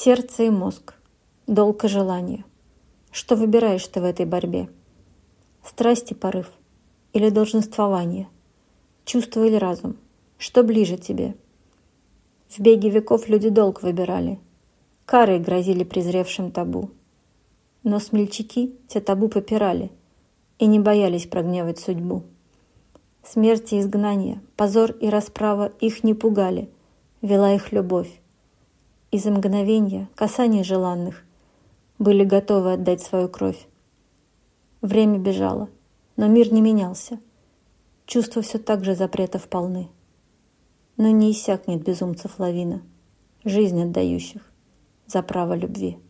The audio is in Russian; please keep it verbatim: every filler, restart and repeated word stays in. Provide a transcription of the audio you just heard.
Сердце и мозг, долг и желание. Что выбираешь ты в этой борьбе? Страсть и порыв или долженствование? Чувство или разум? Что ближе тебе? В беге веков люди долг выбирали, карой грозили презревшим табу. Но смельчаки те табу попирали и не боялись прогневать судьбу. Смерть и изгнание, позор и расправа их не пугали, вела их любовь. И за мгновенья, касаний желанных, были готовы отдать свою кровь. Время бежало, но мир не менялся. Чувства все так же запретов полны. Но не иссякнет безумцев лавина, жизнь отдающих за право любви.